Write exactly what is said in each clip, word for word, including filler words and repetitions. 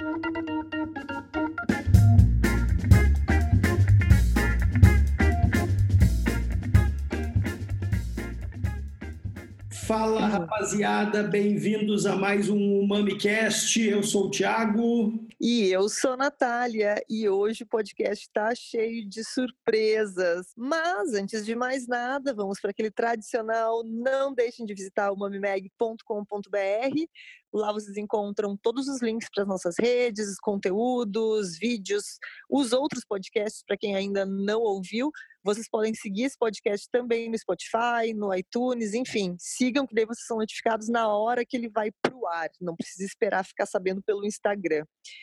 Fala, rapaziada, bem-vindos a mais um MamiCast. Eu sou o Thiago. E eu sou a Natália, e hoje o podcast está cheio de surpresas. Mas, antes de mais nada, vamos para aquele tradicional, não deixem de visitar o mamimag ponto com ponto b r. Lá vocês encontram todos os links para as nossas redes, conteúdos, vídeos, os outros podcasts, para quem ainda não ouviu. Vocês podem seguir esse podcast também no Spotify, no iTunes, enfim, sigam que daí vocês são notificados na hora que ele vai pro ar, não precisa esperar ficar sabendo pelo Instagram.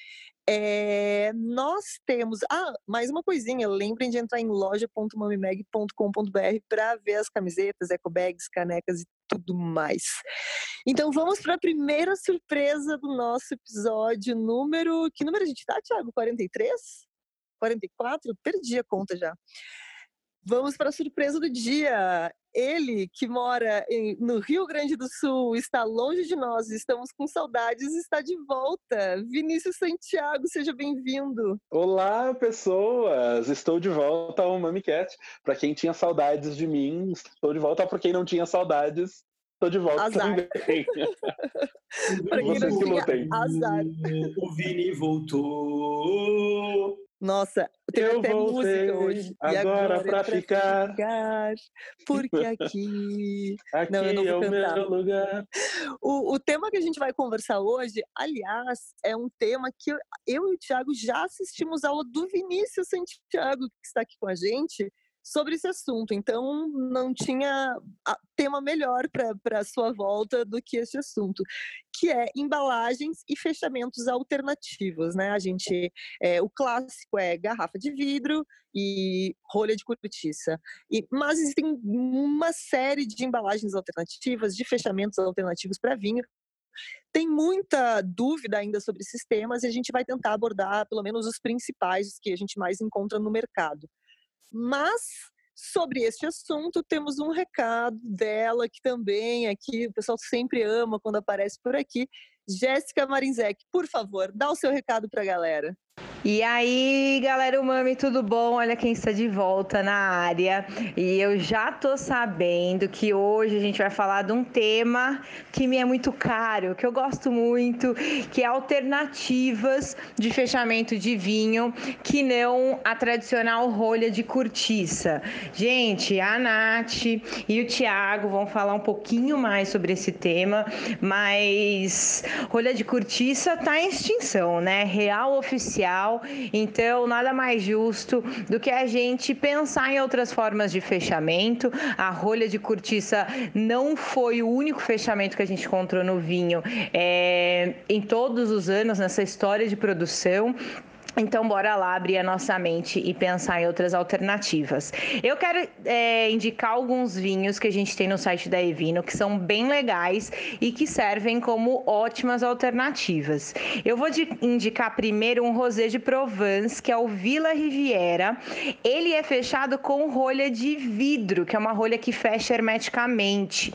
É, nós temos... Ah, mais uma coisinha, lembrem de entrar em loja ponto mamimag ponto com ponto b r para ver as camisetas, ecobags, canecas e tudo mais. Então vamos para a primeira surpresa do nosso episódio número... Que número a gente tá, Thiago? quarenta e três? quarenta e quatro? Perdi a conta já. Vamos para a surpresa do dia. Ele, que mora em, no Rio Grande do Sul, está longe de nós, estamos com saudades, está de volta. Vinícius Santiago, seja bem-vindo. Olá, pessoas! Estou de volta ao MamiCast. Para quem tinha saudades de mim, estou de volta. Para quem não tinha saudades, estou de volta azar. também. Para quem Vocês não que tinha lutem. azar. O Vini voltou. Nossa, teve Eu até voltei, música hoje. agora, e agora pra, pra ficar. ficar. Porque aqui... Aqui não, eu não vou é o cantar. meu lugar. O, o tema que a gente vai conversar hoje, aliás, é um tema que eu, eu e o Thiago já assistimos aula do Vinícius Santiago, que está aqui com a gente, sobre esse assunto. Então, não tinha tema melhor para a sua volta do que esse assunto, que é embalagens e fechamentos alternativos, né? A gente, é, o clássico é garrafa de vidro e rolha de cortiça. E, mas existem uma série de embalagens alternativas, de fechamentos alternativos para vinho. Tem muita dúvida ainda sobre esses temas e a gente vai tentar abordar pelo menos os principais, os que a gente mais encontra no mercado. Mas, sobre este assunto, temos um recado dela, que também aqui o pessoal sempre ama quando aparece por aqui. Jéssica Marinzec, por favor, dá o seu recado para a galera. E aí, galera Umami, tudo bom? Olha quem está de volta na área. E eu já tô sabendo que hoje a gente vai falar de um tema que me é muito caro, que eu gosto muito, que é alternativas de fechamento de vinho, que não a tradicional rolha de cortiça. Gente, a Nath e o Thiago vão falar um pouquinho mais sobre esse tema, mas rolha de cortiça tá em extinção, né? Real oficial. Então, nada mais justo do que a gente pensar em outras formas de fechamento. A rolha de cortiça não foi o único fechamento que a gente encontrou no vinho é, em todos os anos nessa história de produção. Então, bora lá abrir a nossa mente e pensar em outras alternativas. Eu quero é, indicar alguns vinhos que a gente tem no site da Evino, que são bem legais e que servem como ótimas alternativas. Eu vou de, indicar primeiro um rosé de Provence, que é o Villa Riviera. Ele é fechado com rolha de vidro, que é uma rolha que fecha hermeticamente.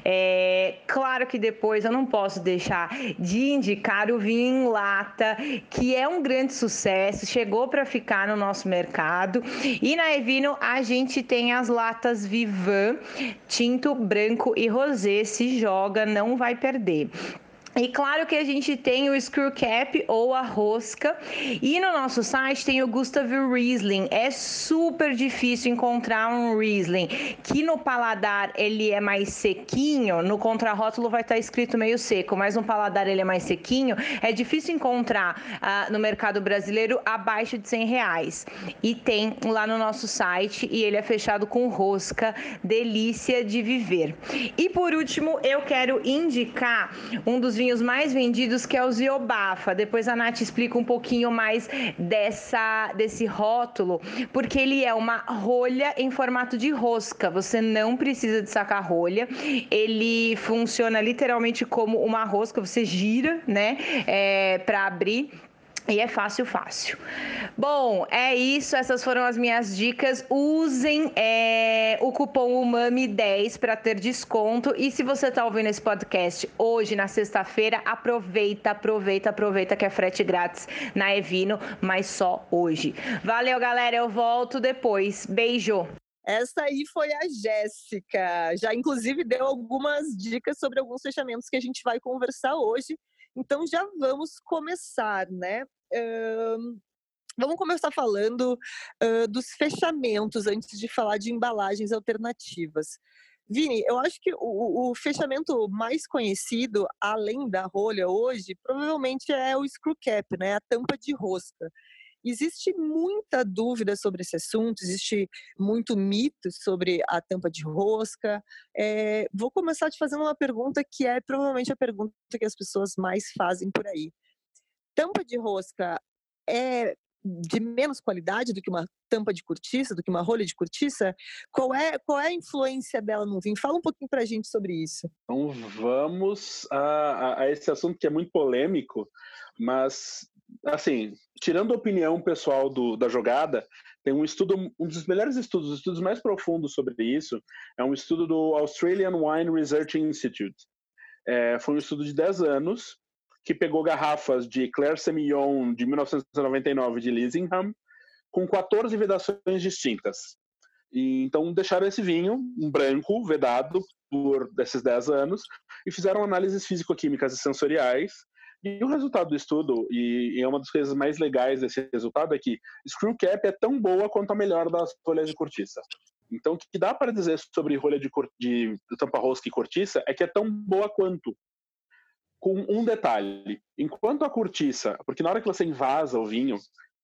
É, claro que depois eu não posso deixar de indicar o vinho em lata, que é um grande sucesso. Chegou para ficar no nosso mercado. E na Evino a gente tem as latas Vivan, tinto, branco e rosé. Se joga, não vai perder. E claro que a gente tem o Screw Cap ou a rosca. E no nosso site tem o Gustav Riesling. É super difícil encontrar um Riesling que no paladar ele é mais sequinho. No contrarótulo vai estar escrito meio seco, mas no paladar ele é mais sequinho. É difícil encontrar uh, no mercado brasileiro abaixo de cem reais. E tem lá no nosso site e ele é fechado com rosca. Delícia de viver. E por último, eu quero indicar um dos vinhos mais vendidos, que é o Ziobafa. Depois a Nath explica um pouquinho mais dessa, desse rótulo, porque ele é uma rolha em formato de rosca. Você não precisa de sacar rolha. Ele funciona literalmente como uma rosca. Você gira, né, é, para abrir. E é fácil, fácil. Bom, é isso. Essas foram as minhas dicas. Usem é, o cupom U M A M I dez para ter desconto. E se você está ouvindo esse podcast hoje, na sexta-feira, aproveita, aproveita, aproveita que é frete grátis na Evino, mas só hoje. Valeu, galera. Eu volto depois. Beijo. Essa aí foi a Jéssica. Já, inclusive, deu algumas dicas sobre alguns fechamentos que a gente vai conversar hoje. Então, já vamos começar, né? Um, vamos começar falando uh, dos fechamentos antes de falar de embalagens alternativas. Vini, eu acho que o, o fechamento mais conhecido, além da rolha hoje, provavelmente é o screw cap, né? A tampa de rosca. Existe muita dúvida sobre esse assunto, existe muito mito sobre a tampa de rosca. É, vou começar te fazendo uma pergunta que é provavelmente a pergunta que as pessoas mais fazem por aí. Tampa de rosca é de menos qualidade do que uma tampa de cortiça, do que uma rolha de cortiça? Qual é, qual é a influência dela no vinho? Fala um pouquinho pra gente sobre isso. Então vamos a, a esse assunto que é muito polêmico, mas, assim, tirando a opinião pessoal do, da jogada, tem um estudo, um dos melhores estudos, os estudos mais profundos sobre isso, é um estudo do Australian Wine Research Institute. É, foi um estudo de dez anos, que pegou garrafas de Claire Semillon de mil novecentos e noventa e nove de Leasingham, com quatorze vedações distintas. E, então deixaram esse vinho, um branco, vedado por esses dez anos, e fizeram análises físico-químicas e sensoriais. E o resultado do estudo, e, e é uma das coisas mais legais desse resultado, é que screw cap é tão boa quanto a melhor das rolhas de cortiça. Então, o que dá para dizer sobre rolha de, de, de tampa-rosca e cortiça é que é tão boa quanto. Com um detalhe, enquanto a cortiça, porque na hora que você invasa o vinho,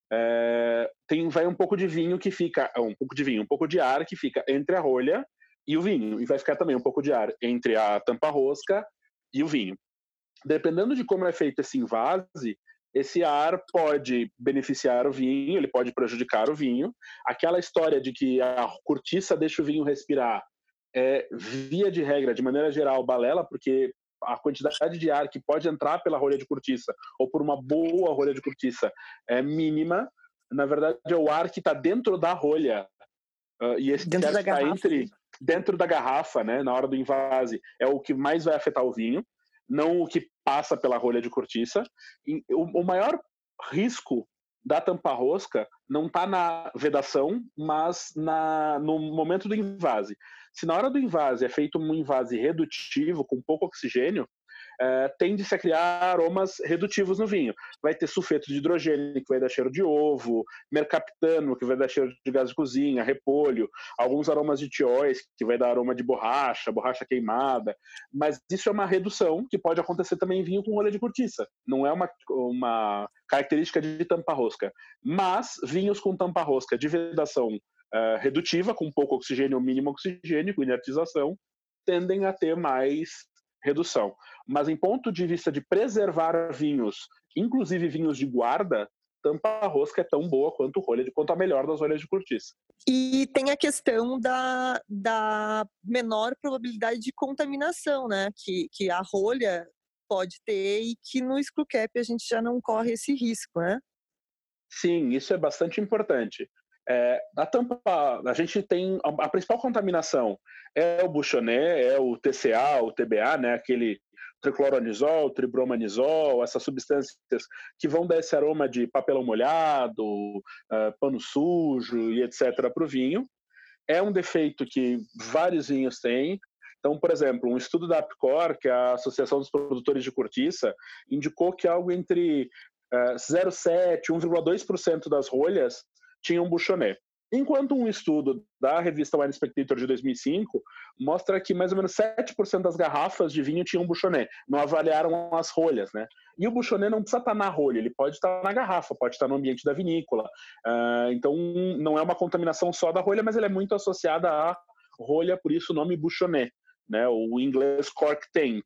é, tem, vai um pouco de vinho que fica, um pouco de vinho, um pouco de ar que fica entre a rolha e o vinho, e vai ficar também um pouco de ar entre a tampa-rosca e o vinho. Dependendo de como é feito esse invase, esse ar pode beneficiar o vinho, ele pode prejudicar o vinho. Aquela história de que a cortiça deixa o vinho respirar é, via de regra, de maneira geral, balela, porque a quantidade de ar que pode entrar pela rolha de cortiça ou por uma boa rolha de cortiça é mínima. Na verdade, é o ar que está dentro da rolha. Uh, e esse dentro ar da que está entre dentro da garrafa, né, na hora do invase, é o que mais vai afetar o vinho, não o que passa pela rolha de cortiça. E o, o maior risco da tampa-rosca não está na vedação, mas na, no momento do invase. Se na hora do invase é feito um invase redutivo, com pouco oxigênio, é, tende-se a criar aromas redutivos no vinho. Vai ter sulfeto de hidrogênio, que vai dar cheiro de ovo, mercaptano, que vai dar cheiro de gás de cozinha, repolho, alguns aromas de tióis, que vai dar aroma de borracha, borracha queimada. Mas isso é uma redução que pode acontecer também em vinho com rolha de cortiça. Não é uma, uma característica de tampa-rosca. Mas vinhos com tampa-rosca de vedação uh, redutiva, com pouco oxigênio ou mínimo oxigênio, com inertização, tendem a ter mais redução. Mas em ponto de vista de preservar vinhos, inclusive vinhos de guarda, tampa-rosca é tão boa quanto rolha de, quanto a melhor das rolhas de cortiça. E tem a questão da, da menor probabilidade de contaminação, né? Que, que a rolha pode ter e que no screw cap a gente já não corre esse risco, né? Sim, isso é bastante importante. É, a tampa, a gente tem a, a principal contaminação é o buchonet, é o T C A, o T B A, né, aquele tricloronizol, tribromanizol, essas substâncias que vão dar esse aroma de papelão molhado, uh, pano sujo e etcétera para o vinho. É um defeito que vários vinhos têm. Então, por exemplo, um estudo da APCOR, que é a Associação dos Produtores de Cortiça, indicou que algo entre uh, zero vírgula sete por cento e um vírgula dois por cento das rolhas tinham buchonet. Enquanto um estudo da revista Wine Spectator de dois mil e cinco mostra que mais ou menos sete por cento das garrafas de vinho tinham buchonet. Não avaliaram as rolhas, né? E o buchonet não precisa estar na rolha, ele pode estar na garrafa, pode estar no ambiente da vinícola. Uh, então, não é uma contaminação só da rolha, mas ela é muito associada à rolha, por isso o nome buchonet, né? O inglês cork taint.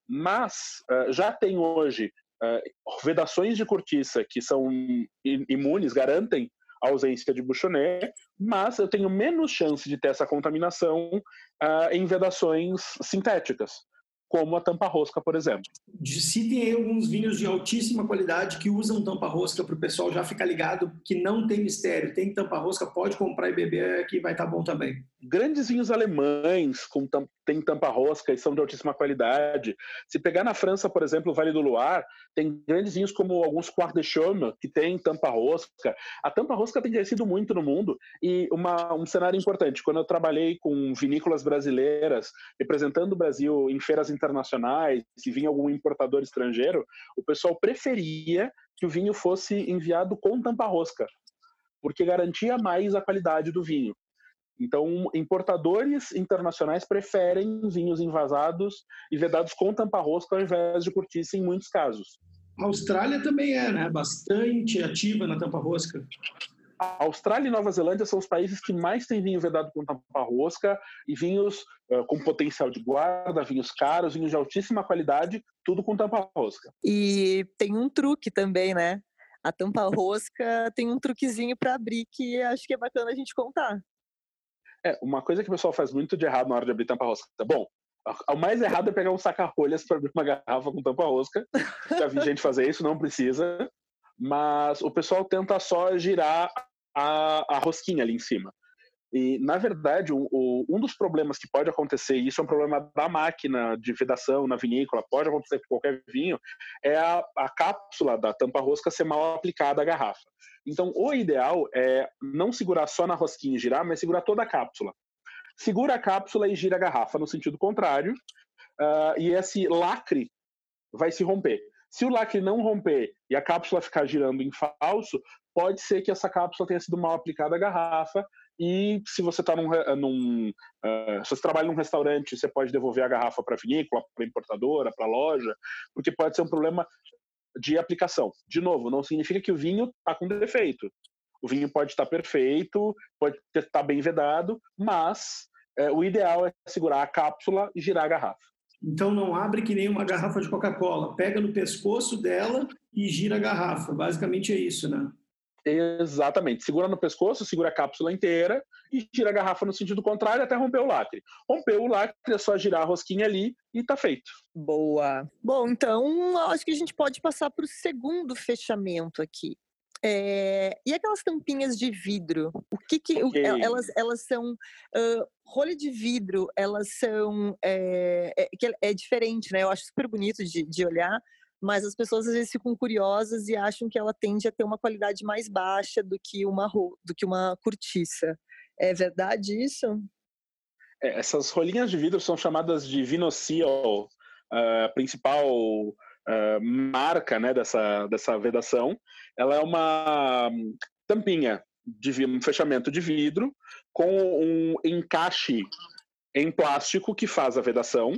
Mas uh, já tem hoje uh, vedações de cortiça que são imunes, garantem a ausência de buchonet, mas eu tenho menos chance de ter essa contaminação uh, em vedações sintéticas. como a tampa-rosca, por exemplo. Citem aí alguns vinhos de altíssima qualidade que usam tampa-rosca para o pessoal já ficar ligado que não tem mistério, tem tampa-rosca, pode comprar e beber que vai estar bom também. Grandes vinhos alemães com tam- tem tampa-rosca e são de altíssima qualidade. Se pegar na França, por exemplo, o Vale do Loire, tem grandes vinhos como alguns Quarts de Chaume, que tem tampa-rosca. A tampa-rosca tem crescido muito no mundo e uma, um cenário importante. Quando eu trabalhei com vinícolas brasileiras, representando o Brasil em feiras internacionais, se vinha algum importador estrangeiro, o pessoal preferia que o vinho fosse enviado com tampa-rosca, porque garantia mais a qualidade do vinho. Então, importadores internacionais preferem vinhos envasados e vedados com tampa-rosca ao invés de cortiça em muitos casos. A Austrália também é, né? Bastante ativa na tampa-rosca. A Austrália e Nova Zelândia são os países que mais têm vinho vedado com tampa-rosca e vinhos uh, com potencial de guarda, vinhos caros, vinhos de altíssima qualidade, tudo com tampa-rosca. E tem um truque também, né? A tampa-rosca tem um truquezinho para abrir que acho que é bacana a gente contar. É, uma coisa que o pessoal faz muito de errado na hora de abrir tampa-rosca. Bom, o mais errado é pegar um saca-rolhas para abrir uma garrafa com tampa-rosca. Já vi gente fazer isso, não precisa. Mas o pessoal tenta só girar a, a rosquinha ali em cima. E, na verdade, o, o, um dos problemas que pode acontecer, e isso é um problema da máquina de vedação na vinícola, pode acontecer com qualquer vinho, é a, a cápsula da tampa-rosca ser mal aplicada à garrafa. Então, o ideal é não segurar só na rosquinha e girar, mas segurar toda a cápsula. Segura a cápsula e gira a garrafa no sentido contrário, uh, e esse lacre vai se romper. Se o lacre não romper e a cápsula ficar girando em falso, pode ser que essa cápsula tenha sido mal aplicada à garrafa. E se você tá num, num uh, se você trabalha num restaurante, você pode devolver a garrafa para a vinícola, para a importadora, para a loja, porque pode ser um problema de aplicação. De novo, não significa que o vinho está com defeito. O vinho pode estar perfeito, pode estar bem vedado, mas uh, o ideal é segurar a cápsula e girar a garrafa. Então não abre que nem uma garrafa de Coca-Cola. Pega no pescoço dela e gira a garrafa. Basicamente é isso, né? Exatamente. Segura no pescoço, segura a cápsula inteira e gira a garrafa no sentido contrário até romper o lacre. Rompeu o lacre, é só girar a rosquinha ali e tá feito. Boa. Bom, então acho que a gente pode passar para o segundo fechamento aqui. É... E aquelas tampinhas de vidro? O que que okay. elas elas são uh, rolha de vidro? Elas são é, é, é diferente, né? Eu acho super bonito de, de olhar. Mas as pessoas às vezes ficam curiosas e acham que ela tende a ter uma qualidade mais baixa do que uma, do que uma cortiça. É verdade isso? É, essas rolinhas de vidro são chamadas de VinoSeal, a principal uh, marca, né, dessa, dessa vedação. Ela é uma tampinha, de um fechamento de vidro com um encaixe em plástico que faz a vedação.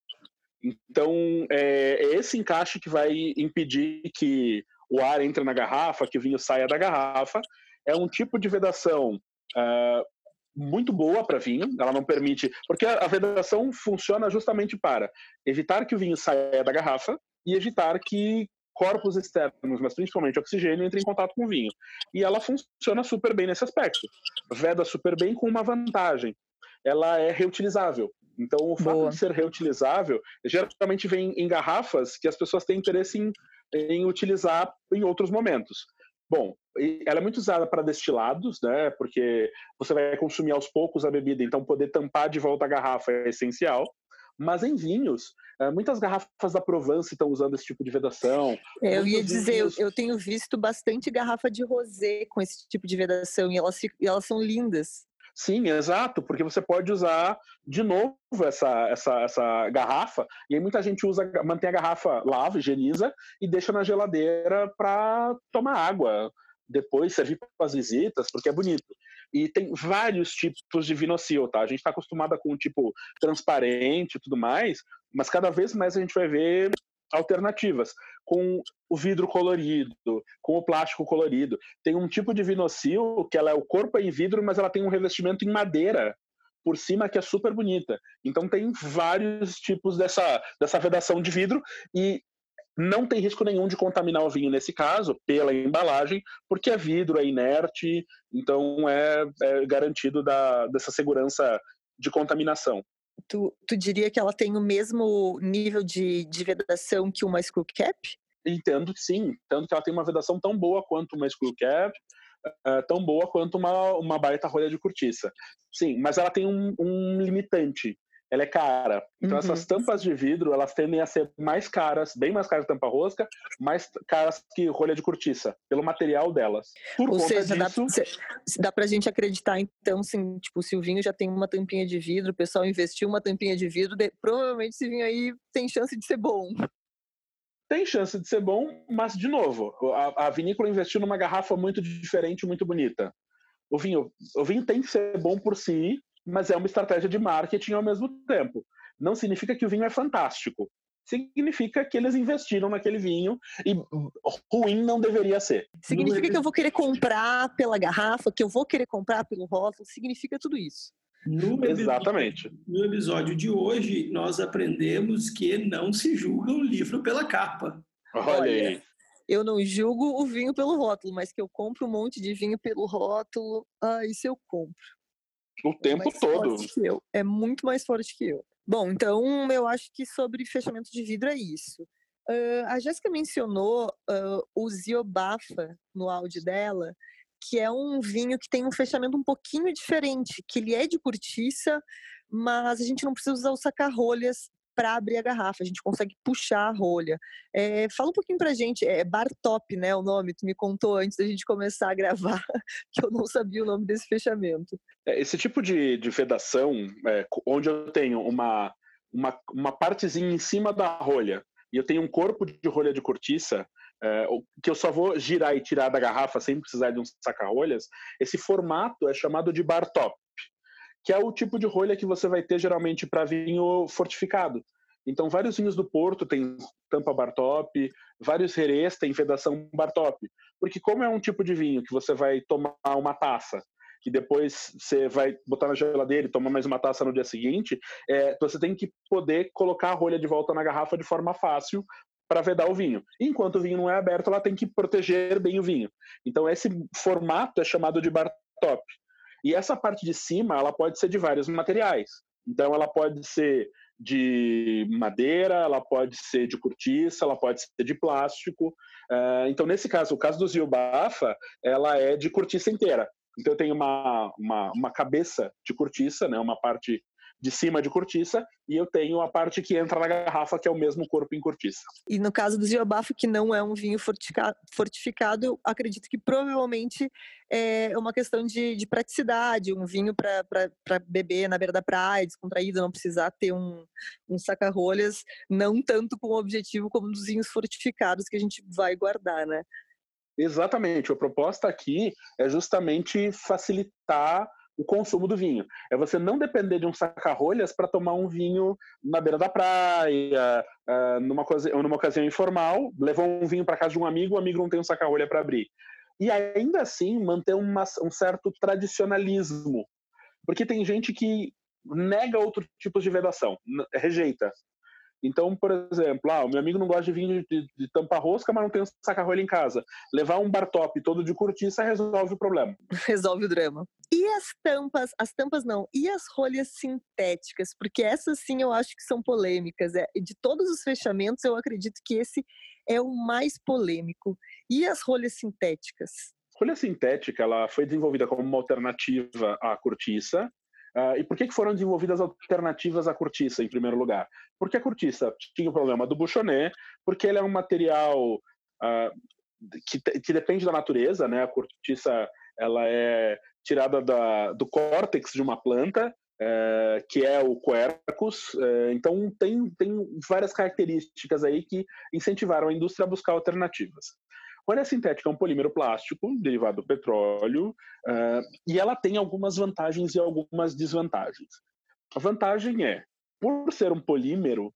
Então, é esse encaixe que vai impedir que o ar entre na garrafa, que o vinho saia da garrafa. É um tipo de vedação uh, muito boa para vinho, ela não permite... Porque a vedação funciona justamente para evitar que o vinho saia da garrafa e evitar que corpos externos, mas principalmente oxigênio, entrem em contato com o vinho. E ela funciona super bem nesse aspecto. Veda super bem com uma vantagem. Ela é reutilizável. Então, o fato Boa. de ser reutilizável, geralmente vem em garrafas que as pessoas têm interesse em, em utilizar em outros momentos. Bom, ela é muito usada para destilados, né? Porque você vai consumir aos poucos a bebida, então poder tampar de volta a garrafa é essencial. Mas em vinhos, muitas garrafas da Provence estão usando esse tipo de vedação. Eu ia dizer, vinhos... eu tenho visto bastante garrafa de rosé com esse tipo de vedação e elas, e elas são lindas. Sim, exato, porque você pode usar de novo essa, essa, essa garrafa, e aí muita gente usa, mantém a garrafa, lava, higieniza e deixa na geladeira para tomar água, depois servir para as visitas, porque é bonito. E tem vários tipos de VinoSeal, tá? A gente está acostumada com o tipo transparente e tudo mais, mas cada vez mais a gente vai ver alternativas, com o vidro colorido, com o plástico colorido. Tem um tipo de VinoSeal que ela é o corpo é em vidro, mas ela tem um revestimento em madeira por cima que é super bonita. Então tem vários tipos dessa, dessa vedação de vidro e não tem risco nenhum de contaminar o vinho nesse caso, pela embalagem, porque é vidro, é inerte, então é, é garantido da, dessa segurança de contaminação. Tu, tu diria que ela tem o mesmo nível de, de vedação que uma Skull Cap? Entendo que sim, tanto que ela tem uma vedação tão boa quanto uma Skull Cap, uh, tão boa quanto uma, uma baita rolha de cortiça. Sim, mas ela tem um, um limitante. Ela é cara. Então, uhum. essas tampas de vidro, elas tendem a ser mais caras, bem mais caras que tampa-rosca, mais caras que rolha de cortiça, pelo material delas. Por Ou conta seja, disso... dá, dá pra gente acreditar, então, assim, tipo, se o vinho já tem uma tampinha de vidro, o pessoal investiu uma tampinha de vidro, de, provavelmente esse vinho aí tem chance de ser bom. Tem chance de ser bom, mas, de novo, a, a vinícola investiu numa garrafa muito diferente, muito bonita. O vinho, o vinho tem que ser bom por si, mas é uma estratégia de marketing ao mesmo tempo. Não significa que o vinho é fantástico. Significa que eles investiram naquele vinho e ruim não deveria ser. Significa que eu vou querer comprar pela garrafa, que eu vou querer comprar pelo rótulo, significa tudo isso. No Exatamente. Episódio, no episódio de hoje, nós aprendemos que não se julga um livro pela capa. Olha aí. Eu não julgo o vinho pelo rótulo, mas que eu compro um monte de vinho pelo rótulo, ah, isso eu compro. O tempo é todo. Que eu. É muito mais forte que eu. Bom, então eu acho que sobre fechamento de vidro é isso. Uh, a Jéssica mencionou uh, o Ziobafa no áudio dela, que é um vinho que tem um fechamento um pouquinho diferente, que ele é de cortiça, mas a gente não precisa usar o saca-rolhas para abrir a garrafa, a gente consegue puxar a rolha. É, fala um pouquinho pra gente, é Bar Top, né, o nome, tu me contou antes da gente começar a gravar, que eu não sabia o nome desse fechamento. Esse tipo de, de vedação, é, onde eu tenho uma, uma, uma partezinha em cima da rolha, e eu tenho um corpo de rolha de cortiça, é, que eu só vou girar e tirar da garrafa sem precisar de um saca-rolhas, esse formato é chamado de Bar Top, que é o tipo de rolha que você vai ter geralmente para vinho fortificado. Então, vários vinhos do Porto têm tampa Bar Top, vários Jerez têm vedação Bar Top, porque como é um tipo de vinho que você vai tomar uma taça, que depois você vai botar na geladeira e tomar mais uma taça no dia seguinte, é, você tem que poder colocar a rolha de volta na garrafa de forma fácil para vedar o vinho. Enquanto o vinho não é aberto, ela tem que proteger bem o vinho. Então, esse formato é chamado de Bar Top. E essa parte de cima, ela pode ser de vários materiais. Então, ela pode ser de madeira, ela pode ser de cortiça, ela pode ser de plástico. Uh, então, nesse caso, o caso do Ziobafa, ela é de cortiça inteira. Então, eu tenho uma, uma, uma cabeça de cortiça, né, uma parte de cima de cortiça, e eu tenho a parte que entra na garrafa, que é o mesmo corpo em cortiça. E no caso do Ziobafa, que não é um vinho fortificado, fortificado eu acredito que provavelmente é uma questão de, de praticidade, um vinho para beber na beira da praia, descontraído, não precisar ter um, um saca-rolhas, não tanto com o objetivo como dos vinhos fortificados que a gente vai guardar, né? Exatamente. A proposta aqui é justamente facilitar o consumo do vinho. É você não depender de um saca-rolhas para tomar um vinho na beira da praia, uh, numa, numa ocasião informal, levou um vinho para casa de um amigo, o amigo não tem um saca-rolha para abrir. E ainda assim manter uma, um certo tradicionalismo. Porque tem gente que nega outros tipos de vedação, rejeita. Então, por exemplo, ah, o meu amigo não gosta de vinho de, de tampa rosca, mas não tem um saca-rolha em casa. Levar um bar top todo de cortiça resolve o problema. Resolve o drama. E as tampas, as tampas não, e as rolhas sintéticas? Porque essas sim eu acho que são polêmicas. É, de todos os fechamentos, eu acredito que esse é o mais polêmico. E as rolhas sintéticas? A rolha sintética, ela foi desenvolvida como uma alternativa à cortiça. Uh, e por que, que foram desenvolvidas alternativas à cortiça, em primeiro lugar? Porque a cortiça tinha o problema do buchonnet, porque ele é um material uh, que, que depende da natureza, né? A cortiça ela é tirada da, do córtex de uma planta, uh, que é o quercus. Uh, então, tem, tem várias características aí que incentivaram a indústria a buscar alternativas. A rolha sintética é um polímero plástico derivado do petróleo uh, e ela tem algumas vantagens e algumas desvantagens. A vantagem é, por ser um polímero,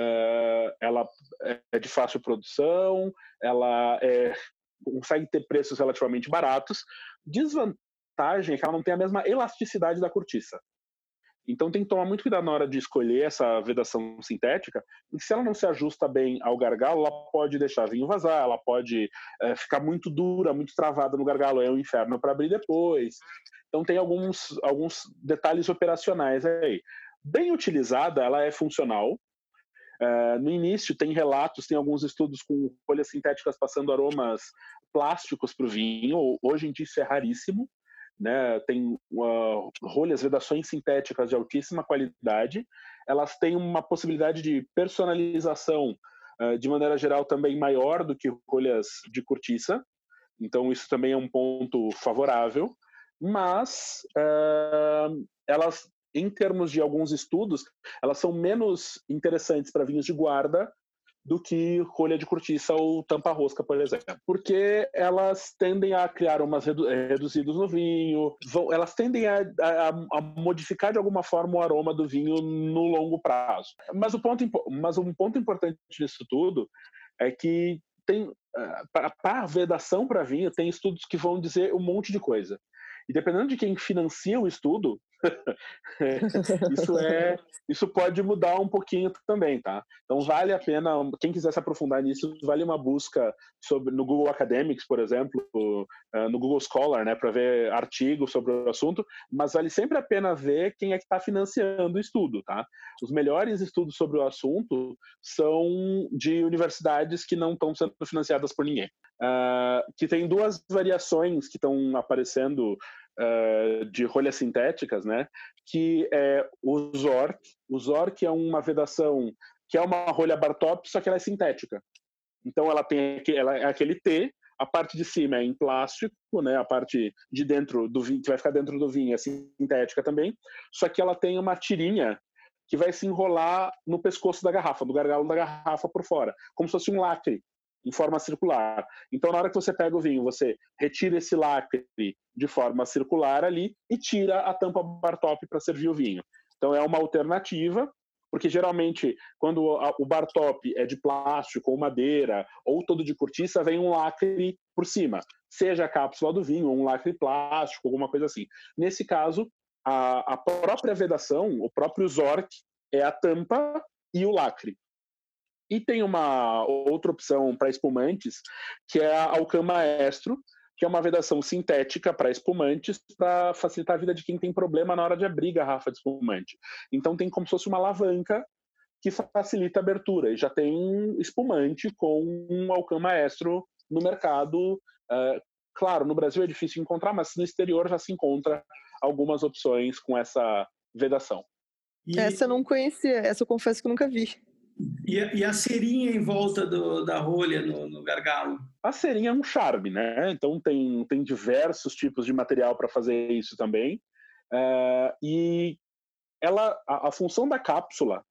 uh, ela é de fácil produção, ela é, consegue ter preços relativamente baratos. Desvantagem é que ela não tem a mesma elasticidade da cortiça. Então tem que tomar muito cuidado na hora de escolher essa vedação sintética, porque se ela não se ajusta bem ao gargalo, ela pode deixar vinho vazar, ela pode é, ficar muito dura, muito travada no gargalo, é um inferno para abrir depois. Então tem alguns, alguns detalhes operacionais aí. bem utilizada, ela é funcional. Uh, no início tem relatos, tem alguns estudos com folhas sintéticas passando aromas plásticos para o vinho. Hoje em dia isso é raríssimo, né? Tem uh, rolhas, vedações sintéticas de altíssima qualidade. Elas têm uma possibilidade de personalização uh, de maneira geral também maior do que rolhas de cortiça. Então isso também é um ponto favorável. Mas uh, elas, em termos de alguns estudos, elas são menos interessantes para vinhos de guarda do que rolha de cortiça ou tampa-rosca, por exemplo. Porque elas tendem a criar umas redu- reduzidos no vinho, vão, elas tendem a, a, a modificar de alguma forma o aroma do vinho no longo prazo. Mas, o ponto, mas um ponto importante disso tudo é que tem, para a vedação para vinho, tem estudos que vão dizer um monte de coisa. E dependendo de quem financia o estudo, isso, é, isso pode mudar um pouquinho também, tá? Então vale a pena, quem quiser se aprofundar nisso, vale uma busca sobre, no Google Academics, por exemplo, no Google Scholar, né, para ver artigos sobre o assunto, mas vale sempre a pena ver quem é que está financiando o estudo, tá? Os melhores estudos sobre o assunto são de universidades que não estão sendo financiadas por ninguém. Uh, que tem duas variações que estão aparecendo Uh, de rolhas sintéticas, né? Que é o Zork. O Zork é uma vedação que é uma rolha Bartop, só que ela é sintética. Então ela tem ela é aquele T, a parte de cima é em plástico, né? A parte de dentro do vinho, que vai ficar dentro do vinho, é sintética também, só que ela tem uma tirinha que vai se enrolar no pescoço da garrafa, no gargalo da garrafa por fora, como se fosse um lacre em forma circular. Então, na hora que você pega o vinho, você retira esse lacre de forma circular ali e tira a tampa Bartop para servir o vinho. Então, é uma alternativa, porque geralmente, quando o Bartop é de plástico ou madeira, ou todo de cortiça, vem um lacre por cima, seja a cápsula do vinho, ou um lacre plástico, alguma coisa assim. Nesse caso, a, a própria vedação, o próprio Zork, é a tampa e o lacre. E tem uma outra opção para espumantes, que é a Alcan Maestro, que é uma vedação sintética para espumantes, para facilitar a vida de quem tem problema na hora de abrir garrafa de espumante. Então tem como se fosse uma alavanca que facilita a abertura. E já tem espumante com um Alcan Maestro no mercado. Uh, claro, no Brasil é difícil encontrar, mas no exterior já se encontra algumas opções com essa vedação. E... Essa eu não conhecia, essa eu confesso que eu nunca vi. E a, e a cerinha em volta do, da rolha no, no gargalo? A cerinha é um charme, né? Então tem, tem diversos tipos de material para fazer isso também. É, e ela, a, a função da cápsula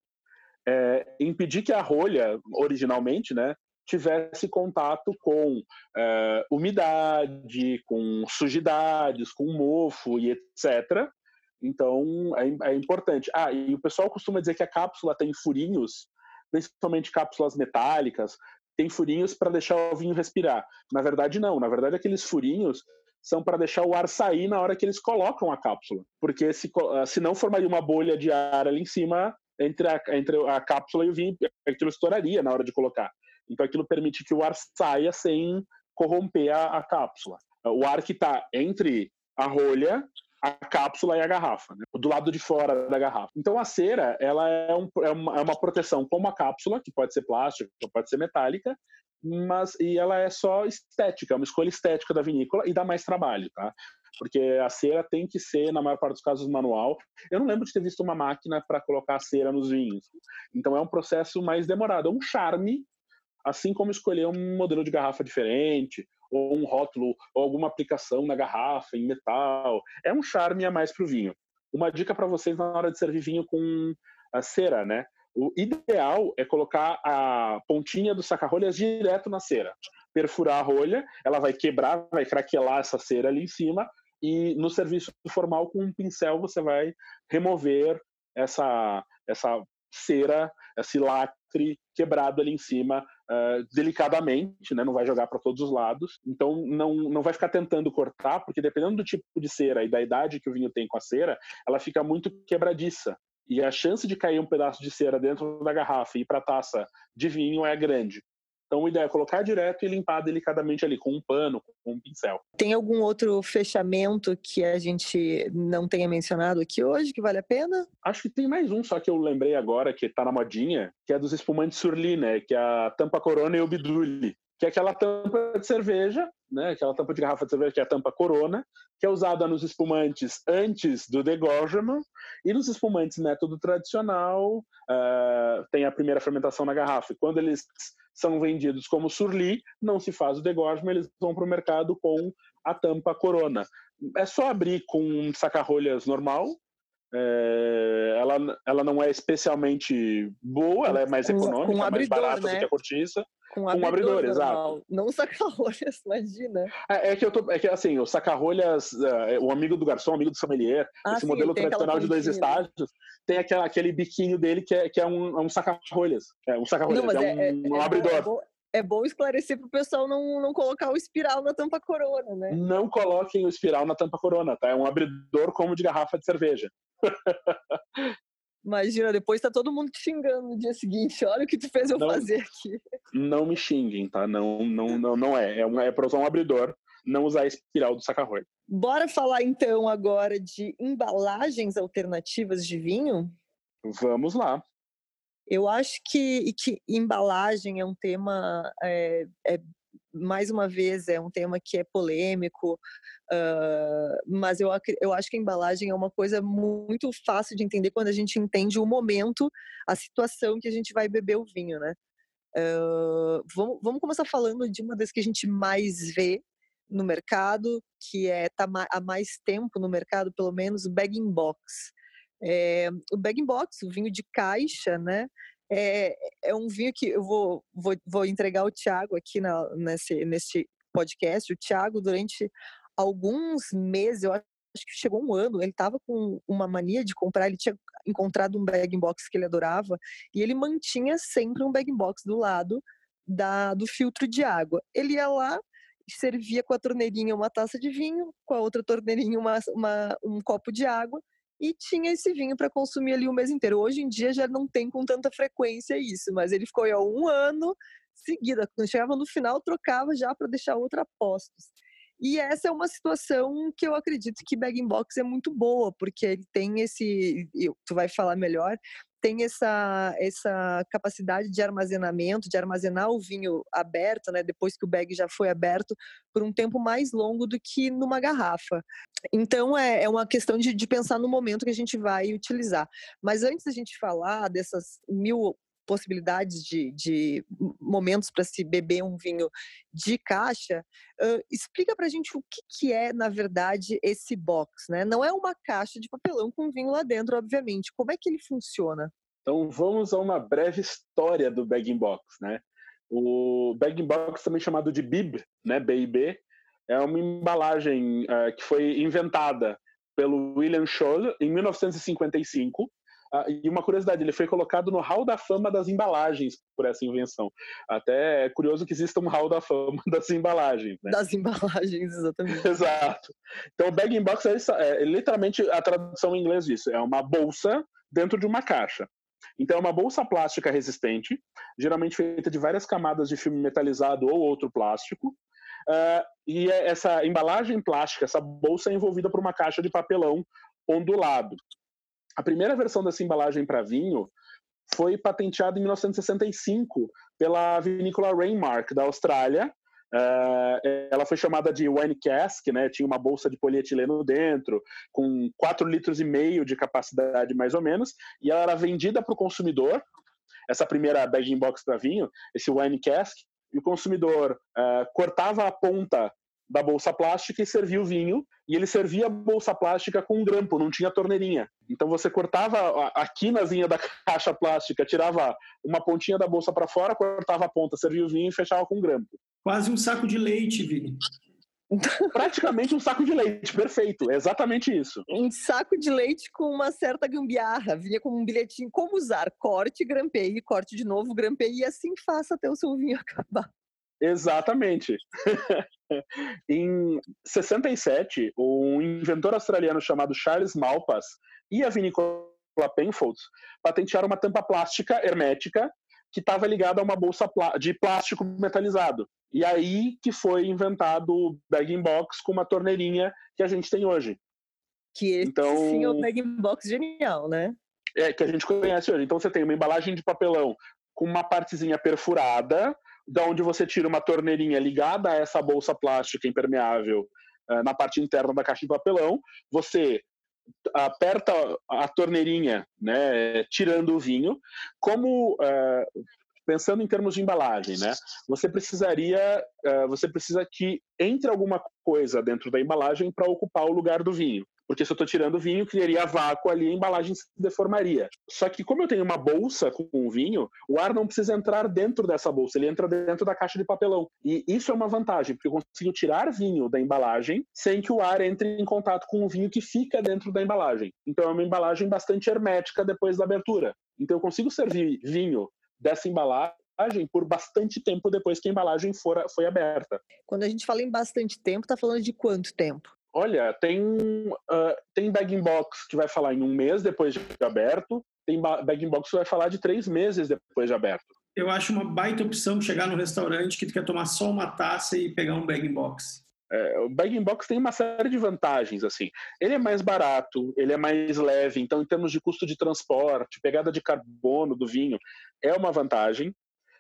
é impedir que a rolha, originalmente, né, tivesse contato com é, umidade, com sujidades, com mofo e etcétera. Então é, é importante. Ah, e o pessoal costuma dizer que a cápsula tem furinhos, principalmente cápsulas metálicas, tem furinhos para deixar o vinho respirar. Na verdade, não. Na verdade, aqueles furinhos são para deixar o ar sair na hora que eles colocam a cápsula. Porque se, se não formaria uma bolha de ar ali em cima, entre a, entre a cápsula e o vinho, aquilo estouraria na hora de colocar. Então, aquilo permite que o ar saia sem corromper a, a cápsula. O ar que está entre a rolha, a cápsula e a garrafa, né? Do lado de fora da garrafa. Então a cera, ela é, um, é, uma, é uma proteção como a cápsula, que pode ser plástica, pode ser metálica, mas e ela é só estética, é uma escolha estética da vinícola e dá mais trabalho, tá? Porque a cera tem que ser, na maior parte dos casos, manual. Eu não lembro de ter visto uma máquina para colocar cera nos vinhos. Então é um processo mais demorado, é um charme, assim como escolher um modelo de garrafa diferente, ou um rótulo, ou alguma aplicação na garrafa, em metal. É um charme a mais para o vinho. Uma dica para vocês na hora de servir vinho com a cera, né? O ideal é colocar a pontinha do saca-rolhas direto na cera. Perfurar a rolha, ela vai quebrar, vai craquelar essa cera ali em cima, e no serviço formal, com um pincel, você vai remover essa, essa cera, esse lacre quebrado ali em cima, uh, delicadamente, né? Não vai jogar para todos os lados. Então não, não vai ficar tentando cortar, porque dependendo do tipo de cera e da idade que o vinho tem com a cera, ela fica muito quebradiça. E a chance de cair um pedaço de cera dentro da garrafa e ir para a taça de vinho é grande. Então, a ideia é colocar direto e limpar delicadamente ali, com um pano, com um pincel. Tem algum outro fechamento que a gente não tenha mencionado aqui hoje, que vale a pena? Acho que tem mais um, só que eu lembrei agora, que tá na modinha, que é dos espumantes Surly, né? Que é a tampa Corona e o Bidule, que é aquela tampa de cerveja, né? Aquela tampa de garrafa de cerveja, que é a tampa Corona, que é usada nos espumantes antes do degorgement, e nos espumantes método tradicional, uh, tem a primeira fermentação na garrafa. E quando eles são vendidos como Surly, não se faz o degorgement, eles vão para o mercado com a tampa Corona. É só abrir com um saca-rolhas normal. É, ela, ela não é especialmente boa, ela é mais com, econômica, com um abridor, mais barata, né? Do que a cortiça. Com um com abridor, um abridor, normal. Exato. Não saca-rolhas, imagina. É, é, que eu tô, é que assim, o saca-rolhas, uh, o amigo do garçom, o amigo do sommelier, ah, esse sim, modelo tradicional de dois estágios, tem aquela, aquele biquinho dele que é, que é um, um saca-rolhas. É um saca-rolhas, é, é, um, é, um é abridor. Bom, é, bom, é bom esclarecer para o pessoal não, não colocar o espiral na tampa Corona, né? Não coloquem o espiral na tampa Corona, tá? É um abridor como de garrafa de cerveja. Imagina, depois tá todo mundo te xingando no dia seguinte. Olha o que tu fez eu não, fazer aqui. Não me xinguem, tá? Não, não, não, não é. É, uma, é para usar um abridor, não usar a espiral do saca-rolho. Bora falar então agora de embalagens alternativas de vinho? Vamos lá. Eu acho que, que embalagem é um tema, é, é, mais uma vez, é um tema que é polêmico, uh, mas eu, eu acho que a embalagem é uma coisa muito fácil de entender quando a gente entende o momento, a situação que a gente vai beber o vinho, né? Uh, vamos, vamos começar falando de uma das que a gente mais vê no mercado, que é tá há mais tempo no mercado, pelo menos, o bag-in-box. É, o bag-in-box, o vinho de caixa, né? É, é um vinho que eu vou, vou, vou entregar o Thiago aqui na, nesse, nesse podcast. O Thiago, durante alguns meses, eu acho que chegou um ano, ele estava com uma mania de comprar, ele tinha encontrado um bag-in-box que ele adorava, e ele mantinha sempre um bag-in-box do lado da, do filtro de água. Ele ia lá, servia com a torneirinha uma taça de vinho, com a outra torneirinha uma, uma, um copo de água, e tinha esse vinho para consumir ali o mês inteiro. Hoje em dia já não tem com tanta frequência isso, mas ele ficou aí, ó, um ano seguido. Quando chegava no final, trocava já para deixar outro a postos. E essa é uma situação que eu acredito que bag-in-box é muito boa, porque ele tem esse, tu vai falar melhor, tem essa, essa capacidade de armazenamento, de armazenar o vinho aberto, né, depois que o bag já foi aberto, por um tempo mais longo do que numa garrafa. Então, é, é uma questão de, de pensar no momento que a gente vai utilizar. Mas antes da gente falar dessas mil possibilidades de, de momentos para se beber um vinho de caixa, uh, explica para a gente o que, que é, na verdade, esse box, né? Não é uma caixa de papelão com vinho lá dentro, obviamente. Como é que ele funciona? Então, vamos a uma breve história do bag-in-box, né? O bag-in-box, também chamado de bib, né? B I B, é uma embalagem uh, que foi inventada pelo William Scholl em mil novecentos e cinquenta e cinco. Ah, e uma curiosidade, ele foi colocado no Hall da Fama das embalagens por essa invenção. Até é curioso que exista um Hall da Fama das embalagens, né? Das embalagens, exatamente. Exato. Então, o bag-in-box é, é literalmente a tradução em inglês disso. É uma bolsa dentro de uma caixa. Então, é uma bolsa plástica resistente, geralmente feita de várias camadas de filme metalizado ou outro plástico. Uh, e essa embalagem plástica, essa bolsa é envolvida por uma caixa de papelão ondulado. A primeira versão dessa embalagem para vinho foi patenteada em mil novecentos e sessenta e cinco pela vinícola Rainmark, da Austrália. Uh, ela foi chamada de wine cask, né? Tinha uma bolsa de polietileno dentro, com quatro litros e meio de capacidade, mais ou menos, e ela era vendida para o consumidor, essa primeira bag-in-box para vinho, esse wine cask, e o consumidor uh, cortava a ponta da bolsa plástica e servia o vinho, e ele servia a bolsa plástica com um grampo, não tinha torneirinha. Então você cortava a, a quinazinha da caixa plástica, tirava uma pontinha da bolsa para fora, cortava a ponta, servia o vinho e fechava com um grampo. Quase um saco de leite, Vini. Praticamente um saco de leite, perfeito, é exatamente isso. Um saco de leite com uma certa gambiarra, vinha com um bilhetinho, como usar, corte, grampeie, corte de novo, grampeie, e assim faça até o seu vinho acabar. Exatamente. Em sessenta e sete, um inventor australiano chamado Charles Malpass e a vinícola Penfolds patentearam uma tampa plástica hermética que estava ligado a uma bolsa de plástico metalizado. E aí que foi inventado o bag-in-box com uma torneirinha que a gente tem hoje. Que esse então, sim é o bag-in-box genial, né? É, que a gente conhece hoje. Então você tem uma embalagem de papelão com uma partezinha perfurada, da onde você tira uma torneirinha ligada a essa bolsa plástica impermeável uh, na parte interna da caixa de papelão, você aperta a torneirinha, né, tirando o vinho, como uh, pensando em termos de embalagem, né, você precisaria, uh, você precisa que entre alguma coisa dentro da embalagem para ocupar o lugar do vinho. Porque se eu estou tirando vinho, criaria vácuo ali, a embalagem se deformaria. Só que como eu tenho uma bolsa com vinho, o ar não precisa entrar dentro dessa bolsa, ele entra dentro da caixa de papelão. E isso é uma vantagem, porque eu consigo tirar vinho da embalagem sem que o ar entre em contato com o vinho que fica dentro da embalagem. Então é uma embalagem bastante hermética depois da abertura. Então eu consigo servir vinho dessa embalagem por bastante tempo depois que a embalagem for, foi aberta. Quando a gente fala em bastante tempo, tá falando de quanto tempo? Olha, tem, uh, tem bag-in-box que vai falar em um mês depois de aberto, tem bag-in-box que vai falar de três meses depois de aberto. Eu acho uma baita opção chegar no restaurante que tu quer tomar só uma taça e pegar um bag-in-box. É, o bag-in-box tem uma série de vantagens, assim. Ele é mais barato, ele é mais leve, então em termos de custo de transporte, pegada de carbono do vinho, é uma vantagem.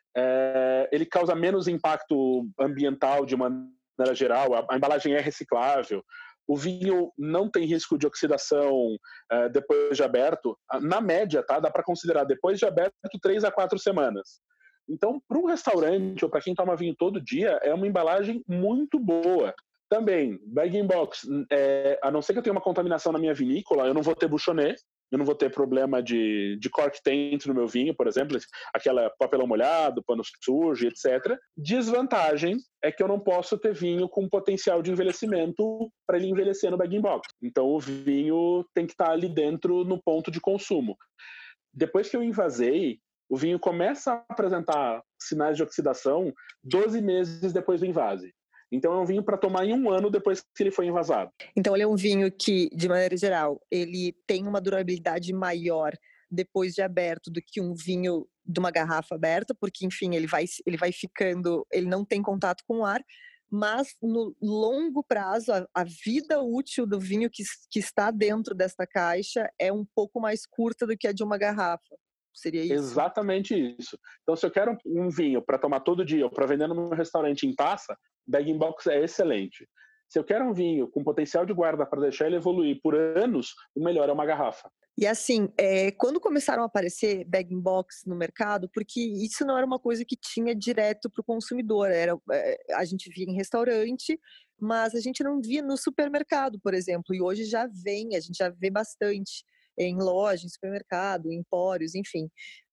É, ele causa menos impacto ambiental de maneira geral, a, a embalagem é reciclável, o vinho não tem risco de oxidação uh, depois de aberto. Na média, tá, dá para considerar depois de aberto três a quatro semanas. Então, para um restaurante ou para quem toma vinho todo dia, é uma embalagem muito boa. Também, bag-in-box, é, a não ser que eu tenha uma contaminação na minha vinícola, eu não vou ter bouchonnet, eu não vou ter problema de, de cork taint no meu vinho, por exemplo, aquela papelão molhado, pano sujo, etcétera. Desvantagem é que eu não posso ter vinho com potencial de envelhecimento para ele envelhecer no bag-in-box. Então o vinho tem que estar ali dentro no ponto de consumo. Depois que eu invasei, o vinho começa a apresentar sinais de oxidação doze meses depois do invase. Então é um vinho para tomar em um ano depois que ele foi envasado. Então ele é um vinho que, de maneira geral, ele tem uma durabilidade maior depois de aberto do que um vinho de uma garrafa aberta, porque, enfim, ele vai, ele vai ficando, ele não tem contato com o ar, mas no longo prazo, a, a vida útil do vinho que, que está dentro desta caixa é um pouco mais curta do que a de uma garrafa. Seria isso? Exatamente isso. Então, se eu quero um vinho para tomar todo dia ou para vender no meu restaurante em taça, bag-in-box é excelente. Se eu quero um vinho com potencial de guarda para deixar ele evoluir por anos, o melhor é uma garrafa. E assim, é, quando começaram a aparecer bag-in-box no mercado, porque isso não era uma coisa que tinha direto para o consumidor, era, é, a gente via em restaurante, mas a gente não via no supermercado, por exemplo, e hoje já vem, a gente já vê bastante em loja, em supermercado, em empórios, enfim.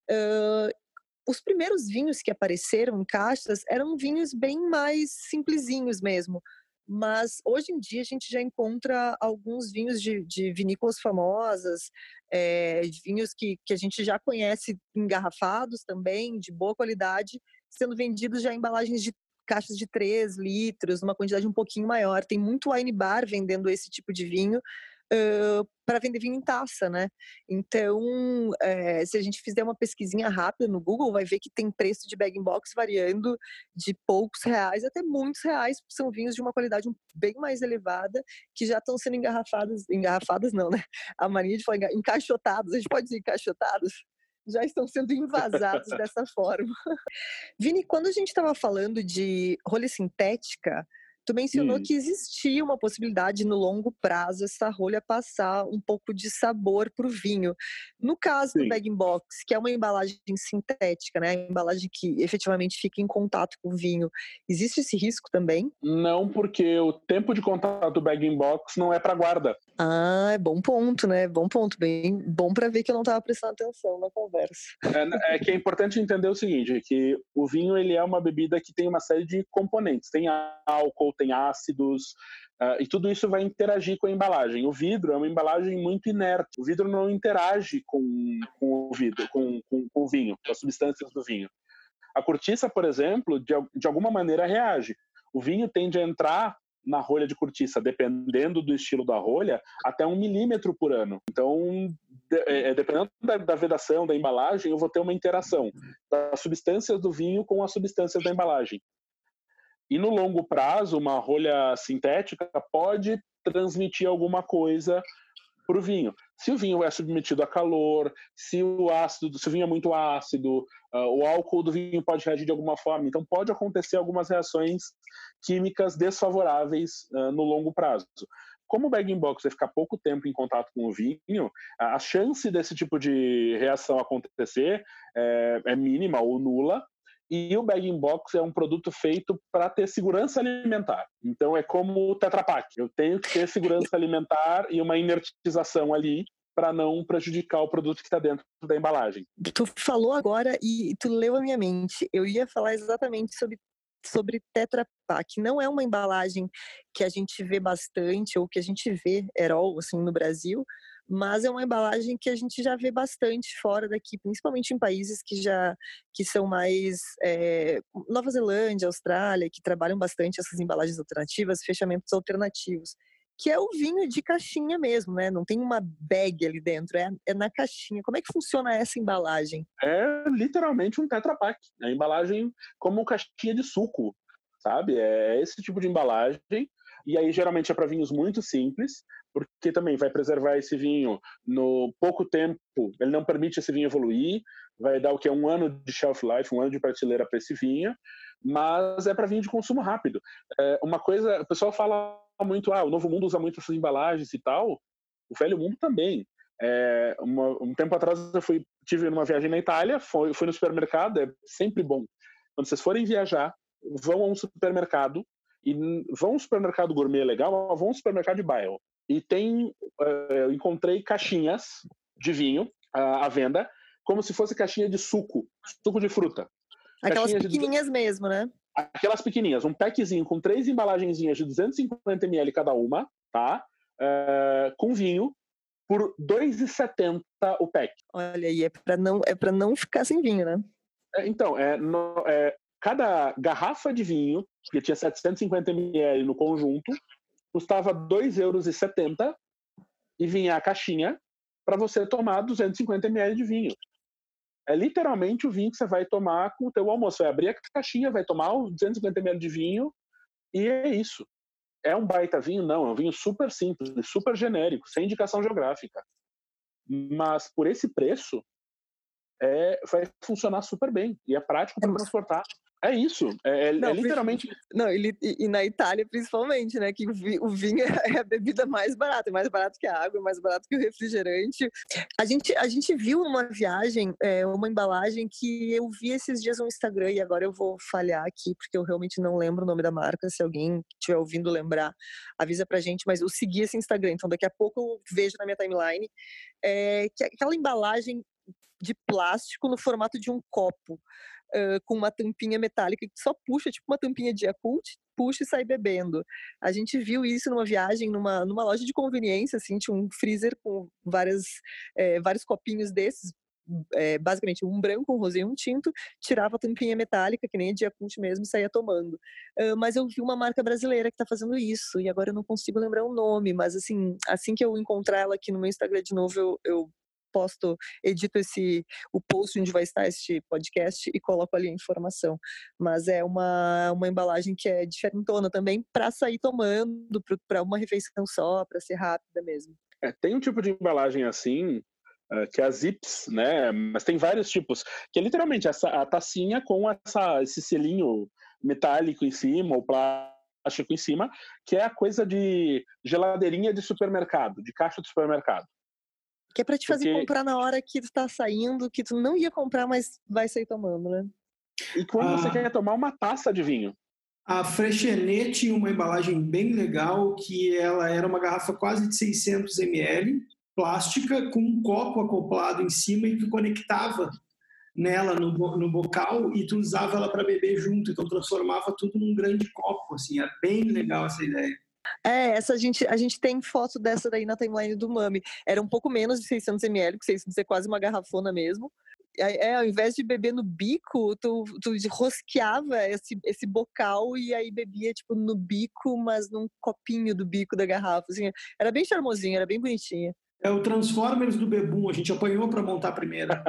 Uh, os primeiros vinhos que apareceram em caixas eram vinhos bem mais simplesinhos mesmo, mas hoje em dia a gente já encontra alguns vinhos de, de vinícolas famosas, é, vinhos que, que a gente já conhece engarrafados também, de boa qualidade, sendo vendidos já em embalagens de caixas de três litros, uma quantidade um pouquinho maior. Tem muito wine bar vendendo esse tipo de vinho, Uh, para vender vinho em taça, né? Então, é, se a gente fizer uma pesquisinha rápida no Google, vai ver que tem preço de bag-in-box variando de poucos reais até muitos reais, porque são vinhos de uma qualidade bem mais elevada, que já estão sendo engarrafados, engarrafadas não, né? A mania de falar encaixotados, a gente pode dizer encaixotados? Já estão sendo envasados dessa forma. Vini, quando a gente estava falando de rolha sintética, tu mencionou hum. que existia uma possibilidade no longo prazo essa rolha passar um pouco de sabor para o vinho. No caso Sim. do bag-in-box, que é uma embalagem sintética, né, a embalagem que efetivamente fica em contato com o vinho, existe esse risco também? Não, porque o tempo de contato do bag-in-box não é para guarda. Ah, é bom ponto, né? Bom ponto, bem bom para ver que eu não estava prestando atenção na conversa. É, é que é importante entender o seguinte, que o vinho ele é uma bebida que tem uma série de componentes, tem álcool, tem ácidos, uh, e tudo isso vai interagir com a embalagem. O vidro é uma embalagem muito inerte, o vidro não interage com, com o vidro, com, com, com o vinho, com as substâncias do vinho. A cortiça, por exemplo, de, de alguma maneira reage. O vinho tende a entrar na rolha de cortiça, dependendo do estilo da rolha, até um milímetro por ano. Então, é, dependendo da, da vedação, da embalagem, eu vou ter uma interação das substâncias do vinho com as substâncias da embalagem. E no longo prazo, uma rolha sintética pode transmitir alguma coisa para o vinho. Se o vinho é submetido a calor, se o ácido, se o vinho é muito ácido, uh, o álcool do vinho pode reagir de alguma forma. Então pode acontecer algumas reações químicas desfavoráveis uh, no longo prazo. Como o bag-in-box vai ficar pouco tempo em contato com o vinho, a chance desse tipo de reação acontecer é, é mínima ou nula. E o bag-in-box é um produto feito para ter segurança alimentar. Então é como o Tetra Pak. Eu tenho que ter segurança alimentar e uma inertização ali para não prejudicar o produto que está dentro da embalagem. Tu falou agora e tu leu a minha mente. Eu ia falar exatamente sobre sobre Tetra Pak. Não é uma embalagem que a gente vê bastante ou que a gente vê Herol assim no Brasil, mas é uma embalagem que a gente já vê bastante fora daqui, principalmente em países que já que são mais é, Nova Zelândia, Austrália, que trabalham bastante essas embalagens alternativas, fechamentos alternativos, que é o vinho de caixinha mesmo, né? Não tem uma bag ali dentro, é, é na caixinha. Como é que funciona essa embalagem? É literalmente um Tetra Pak. É a embalagem como caixinha de suco, sabe? É esse tipo de embalagem. E aí geralmente é para vinhos muito simples, porque também vai preservar esse vinho no pouco tempo, ele não permite esse vinho evoluir, vai dar o que é um ano de shelf life, um ano de prateleira para esse vinho, mas é para vinho de consumo rápido. É uma coisa, o pessoal fala muito, ah, o Novo Mundo usa muito essas embalagens e tal, o Velho Mundo também. É, uma, um tempo atrás eu fui, tive uma viagem na Itália, fui, fui no supermercado, é sempre bom. Quando vocês forem viajar, vão a um supermercado, e vão a um supermercado gourmet legal, vão a um supermercado de bairro. E tem, uh, eu encontrei caixinhas de vinho uh, à venda, como se fosse caixinha de suco, suco de fruta. Aquelas pequenininhas de... mesmo, né? Aquelas pequenininhas, um packzinho com três embalagenzinhas de duzentos e cinquenta mililitros cada uma, tá? Uh, com vinho, por dois reais e setenta centavos o pack. Olha aí, é para não, é para não ficar sem vinho, né? É, então, é, no, é, cada garrafa de vinho, que tinha setecentos e cinquenta mililitros no conjunto, custava dois euros e setenta centavos e vinha a caixinha para você tomar duzentos e cinquenta mililitros de vinho. É literalmente o vinho que você vai tomar com o teu almoço. Você vai abrir a caixinha, vai tomar os duzentos e cinquenta mililitros de vinho e é isso. É um baita vinho? Não, é um vinho super simples, super genérico, sem indicação geográfica. Mas por esse preço, é, vai funcionar super bem e é prático para transportar. É isso, é, não, é literalmente... Não, e, e na Itália principalmente, né, que o vinho é a bebida mais barata, é mais barato que a água, é mais barato que o refrigerante. A gente, a gente viu numa viagem é, uma embalagem que eu vi esses dias no Instagram, e agora eu vou falhar aqui, porque eu realmente não lembro o nome da marca, se alguém estiver ouvindo lembrar, avisa pra gente, mas eu segui esse Instagram, então daqui a pouco eu vejo na minha timeline, é, que aquela embalagem de plástico no formato de um copo, Uh, com uma tampinha metálica que só puxa, tipo uma tampinha de Yakult, puxa e sai bebendo. A gente viu isso numa viagem, numa, numa loja de conveniência, assim, tinha um freezer com várias, é, vários copinhos desses, é, basicamente um branco, um rosé e um tinto, tirava a tampinha metálica, que nem a de Yakult mesmo, e saía tomando. Uh, mas eu vi uma marca brasileira que está fazendo isso, e agora eu não consigo lembrar o nome, mas assim, assim que eu encontrar ela aqui no meu Instagram de novo, eu, eu posto, edito esse, o post onde vai estar este podcast e coloco ali a informação. Mas é uma, uma embalagem que é diferentona também para sair tomando, para uma refeição só, para ser rápida mesmo. É, tem um tipo de embalagem assim, uh, que é a Zips, né? Mas tem vários tipos, que é literalmente essa, a tacinha com essa, esse selinho metálico em cima, ou plástico em cima, que é a coisa de geladeirinha de supermercado, de caixa de supermercado. Que é pra te fazer Porque... comprar na hora que tu tá saindo, que tu não ia comprar, mas vai sair tomando, né? E quando ah, você quer tomar uma taça de vinho? A Freixenet tinha uma embalagem bem legal, que ela era uma garrafa quase de seiscentos mililitros, plástica, com um copo acoplado em cima e tu conectava nela no, no bocal e tu usava ela para beber junto, então transformava tudo num grande copo, assim, é bem legal essa ideia. É, essa a gente, a gente tem foto dessa daí na timeline do Mami. Era um pouco menos de seiscentos mililitros, que seiscentos é quase uma garrafona mesmo. É, ao invés de beber no bico, tu, tu rosqueava esse, esse bocal e aí bebia tipo no bico, mas num copinho do bico da garrafa. Assim, era bem charmosinha, era bem bonitinha. É o Transformers do Bebum, a gente apanhou para montar a primeira.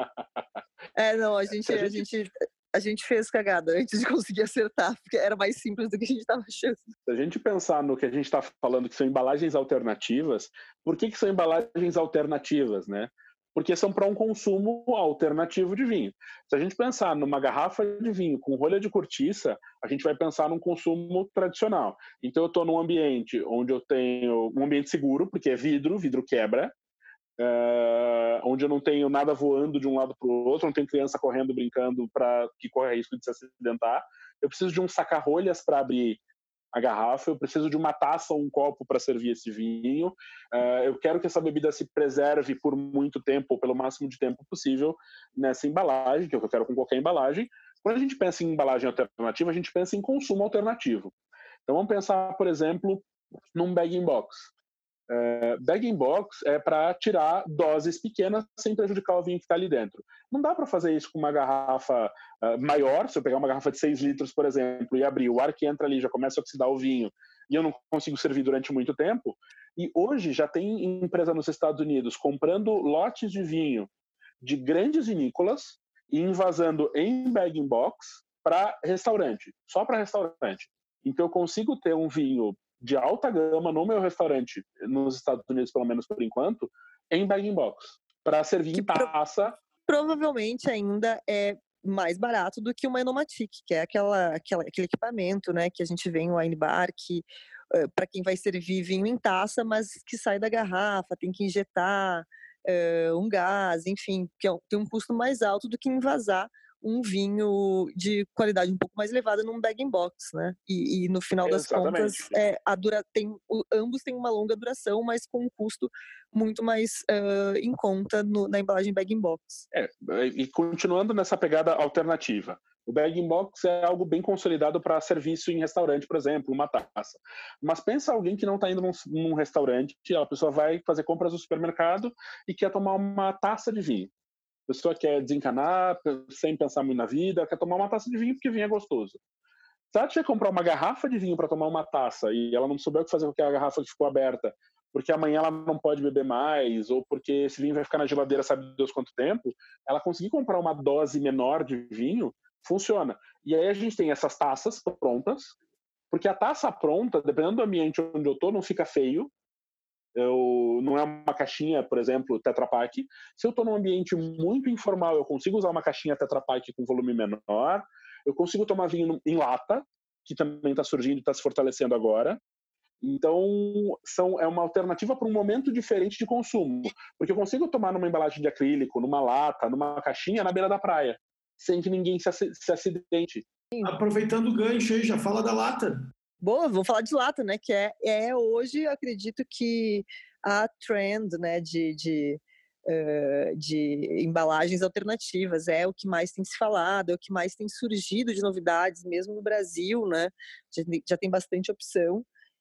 É, não, a gente, a gente, a gente fez cagada antes de conseguir acertar, porque era mais simples do que a gente estava achando. Se a gente pensar no que a gente está falando, que são embalagens alternativas, por que, que são embalagens alternativas, né? Porque são para um consumo alternativo de vinho. Se a gente pensar numa garrafa de vinho com rolha de cortiça, a gente vai pensar num consumo tradicional. Então eu estou num ambiente onde eu tenho um ambiente seguro, porque é vidro, vidro quebra, Uh, onde eu não tenho nada voando de um lado para o outro, não tenho criança correndo, brincando, para que corre risco de se acidentar. Eu preciso de um saca-rolhas para abrir a garrafa, eu preciso de uma taça ou um copo para servir esse vinho. Uh, eu quero que essa bebida se preserve por muito tempo, ou pelo máximo de tempo possível, nessa embalagem, que é o que eu quero com qualquer embalagem. Quando a gente pensa em embalagem alternativa, a gente pensa em consumo alternativo. Então vamos pensar, por exemplo, num bag-in-box. Uh, bag-in-box é para tirar doses pequenas sem prejudicar o vinho que está ali dentro. Não dá para fazer isso com uma garrafa uh, maior. Se eu pegar uma garrafa de seis litros, por exemplo, e abrir, o ar que entra ali já começa a oxidar o vinho e eu não consigo servir durante muito tempo. E hoje já tem empresa nos Estados Unidos comprando lotes de vinho de grandes vinícolas e envasando em bag-in-box para restaurante, só para restaurante. Então eu consigo ter um vinho de alta gama no meu restaurante, nos Estados Unidos, pelo menos por enquanto, em bag-in-box, para servir em taça. Pro, provavelmente ainda é mais barato do que uma Enomatic, que é aquela, aquela, aquele equipamento, né, que a gente vê em wine bar, que uh, para quem vai servir vinho em taça, mas que sai da garrafa, tem que injetar uh, um gás, enfim, que é, tem um custo mais alto do que envasar um vinho de qualidade um pouco mais elevada num bag-in-box, né? E, e no final das Exatamente. contas, é, a dura, tem, o, ambos têm uma longa duração, mas com um custo muito mais uh, em conta no, na embalagem bag-in-box. É, e continuando nessa pegada alternativa, o bag-in-box é algo bem consolidado para serviço em restaurante, por exemplo, uma taça. Mas pensa alguém que não está indo num, num restaurante, a pessoa vai fazer compras no supermercado e quer tomar uma taça de vinho. A pessoa quer desencanar, sem pensar muito na vida, quer tomar uma taça de vinho porque vinho é gostoso. Se ela tiver que comprar uma garrafa de vinho para tomar uma taça e ela não souber o que fazer com aquela garrafa que ficou aberta, porque amanhã ela não pode beber mais, ou porque esse vinho vai ficar na geladeira sabe Deus quanto tempo, ela conseguir comprar uma dose menor de vinho, funciona. E aí a gente tem essas taças prontas, porque a taça pronta, dependendo do ambiente onde eu estou, não fica feio. Eu, não é uma caixinha, por exemplo, Tetra Pak. Se eu estou num ambiente muito informal, eu consigo usar uma caixinha Tetra Pak com volume menor. Eu consigo tomar vinho em lata, que também está surgindo e está se fortalecendo agora. Então, são, é uma alternativa para um momento diferente de consumo. Porque eu consigo tomar numa embalagem de acrílico, numa lata, numa caixinha na beira da praia, sem que ninguém se, se acidente. Aproveitando o gancho aí, já fala da lata. Boa, vamos falar de lata, né? Que é, é hoje, acredito que a trend, né, de, de, uh, de embalagens alternativas é o que mais tem se falado, é o que mais tem surgido de novidades, mesmo no Brasil, né? Já, já tem bastante opção.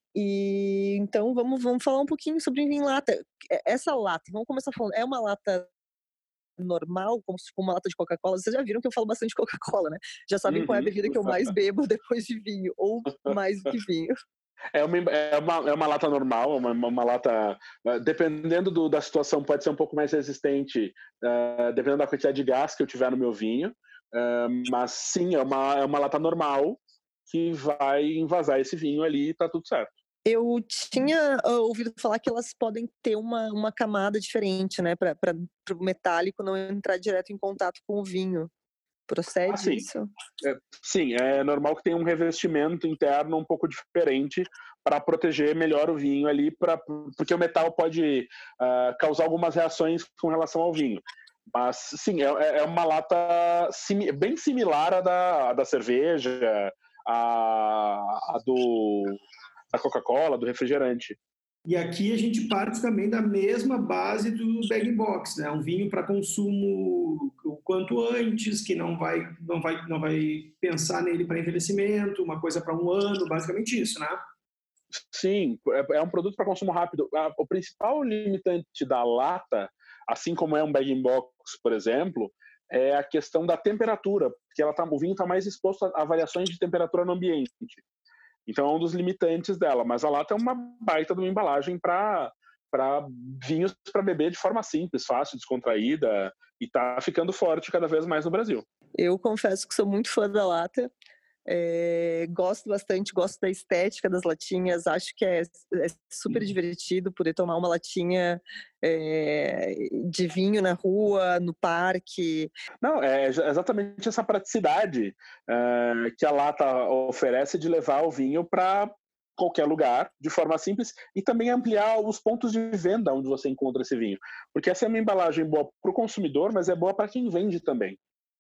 E então vamos, vamos falar um pouquinho sobre vinho em lata. Essa lata, vamos começar falando, é uma lata normal, como se fosse uma lata de Coca-Cola? Vocês já viram que eu falo bastante de Coca-Cola, né? Já sabem uhum. qual é a bebida que eu mais bebo depois de vinho, ou mais do que vinho. É uma, é uma, é uma lata normal, uma, uma lata, dependendo do, da situação, pode ser um pouco mais resistente, uh, dependendo da quantidade de gás que eu tiver no meu vinho, uh, mas sim, é uma, é uma lata normal que vai envasar esse vinho ali e tá tudo certo. Eu tinha uh, ouvido falar que elas podem ter uma, uma camada diferente, né? Para o metálico não entrar direto em contato com o vinho. Procede ah, sim. isso? É, sim, é normal que tenha um revestimento interno um pouco diferente para proteger melhor o vinho ali, pra, porque o metal pode uh, causar algumas reações com relação ao vinho. Mas, sim, é, é uma lata sim, bem similar à da, à da cerveja, à, à do... da Coca-Cola, do refrigerante. E aqui a gente parte também da mesma base do bag-in-box, né? Um vinho para consumo o quanto antes, que não vai, não vai, não vai pensar nele para envelhecimento, uma coisa para um ano, basicamente isso, né? Sim, é um produto para consumo rápido. O principal limitante da lata, assim como é um bag-in-box, por exemplo, é a questão da temperatura, porque ela tá, o vinho está mais exposto a variações de temperatura no ambiente. Então é um dos limitantes dela, mas a lata é uma baita de uma embalagem para para vinhos para beber de forma simples, fácil, descontraída, e tá ficando forte cada vez mais no Brasil. Eu confesso que sou muito fã da lata. É, gosto bastante, gosto da estética das latinhas, acho que é, é super divertido poder tomar uma latinha é, de vinho na rua, no parque. Não, é exatamente essa praticidade é, que a lata oferece de levar o vinho para qualquer lugar, de forma simples, e também ampliar os pontos de venda onde você encontra esse vinho. Porque essa é uma embalagem boa para o consumidor, mas é boa para quem vende também.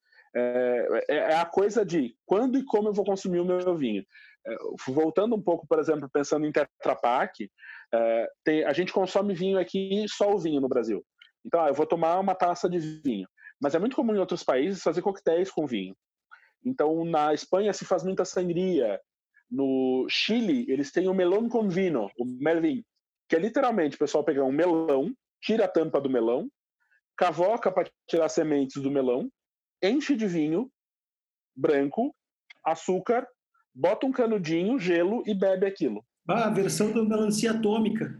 É, é a coisa de quando e como eu vou consumir o meu vinho. É, voltando um pouco, por exemplo, pensando em Tetra Pak, é, tem, a gente consome vinho aqui, só o vinho no Brasil. Então, ah, eu vou tomar uma taça de vinho. Mas é muito comum em outros países fazer coquetéis com vinho. Então, na Espanha se faz muita sangria. No Chile, eles têm o melón con vino, o melvin, que é literalmente o pessoal pegar um melão, tira a tampa do melão, cavoca para tirar as sementes do melão, enche de vinho branco, açúcar, bota um canudinho, gelo e bebe aquilo. Ah, a versão da melancia atômica.